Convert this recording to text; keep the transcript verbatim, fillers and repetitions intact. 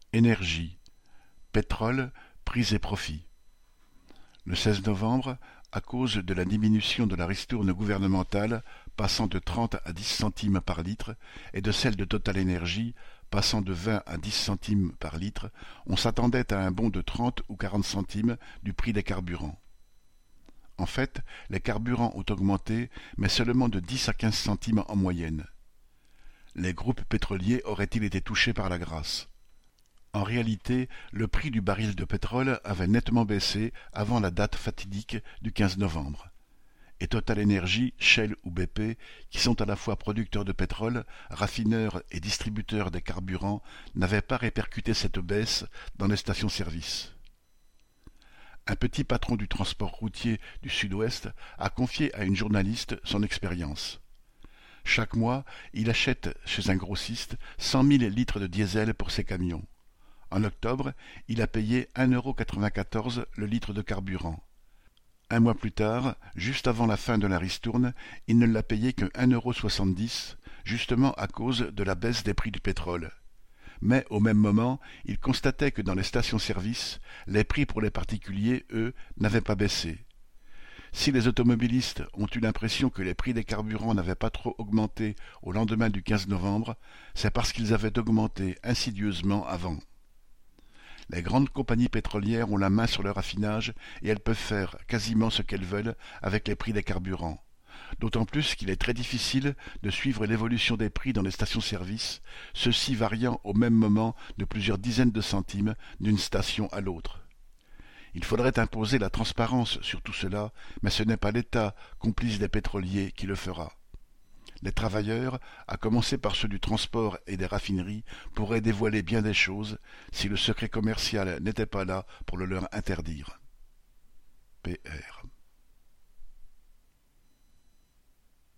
Énergie, pétrole, prix et profits. Le seize novembre, à cause de la diminution de la ristourne gouvernementale passant de trente à dix centimes par litre et de celle de Total Energy passant de vingt à dix centimes par litre, on s'attendait à un bond de trente ou quarante centimes du prix des carburants. En fait, les carburants ont augmenté, mais seulement de dix à quinze centimes en moyenne. Les groupes pétroliers auraient-ils été touchés par la grâce? En réalité, le prix du baril de pétrole avait nettement baissé avant la date fatidique du quinze novembre. Et Total Energy, Shell ou B P, qui sont à la fois producteurs de pétrole, raffineurs et distributeurs des carburants, n'avaient pas répercuté cette baisse dans les stations-service. Un petit patron du transport routier du Sud-Ouest a confié à une journaliste son expérience. Chaque mois, il achète chez un grossiste cent mille litres de diesel pour ses camions. En octobre, il a payé un euro quatre-vingt-quatorze le litre de carburant. Un mois plus tard, juste avant la fin de la ristourne, il ne l'a payé que un euro soixante-dix, justement à cause de la baisse des prix du pétrole. Mais au même moment, il constatait que dans les stations-service, les prix pour les particuliers, eux, n'avaient pas baissé. Si les automobilistes ont eu l'impression que les prix des carburants n'avaient pas trop augmenté au lendemain du quinze novembre, c'est parce qu'ils avaient augmenté insidieusement avant. Les grandes compagnies pétrolières ont la main sur le raffinage et elles peuvent faire quasiment ce qu'elles veulent avec les prix des carburants. D'autant plus qu'il est très difficile de suivre l'évolution des prix dans les stations-service, ceux-ci variant au même moment de plusieurs dizaines de centimes d'une station à l'autre. Il faudrait imposer la transparence sur tout cela, mais ce n'est pas l'État, complice des pétroliers, qui le fera. Les travailleurs, à commencer par ceux du transport et des raffineries, pourraient dévoiler bien des choses si le secret commercial n'était pas là pour le leur interdire. P R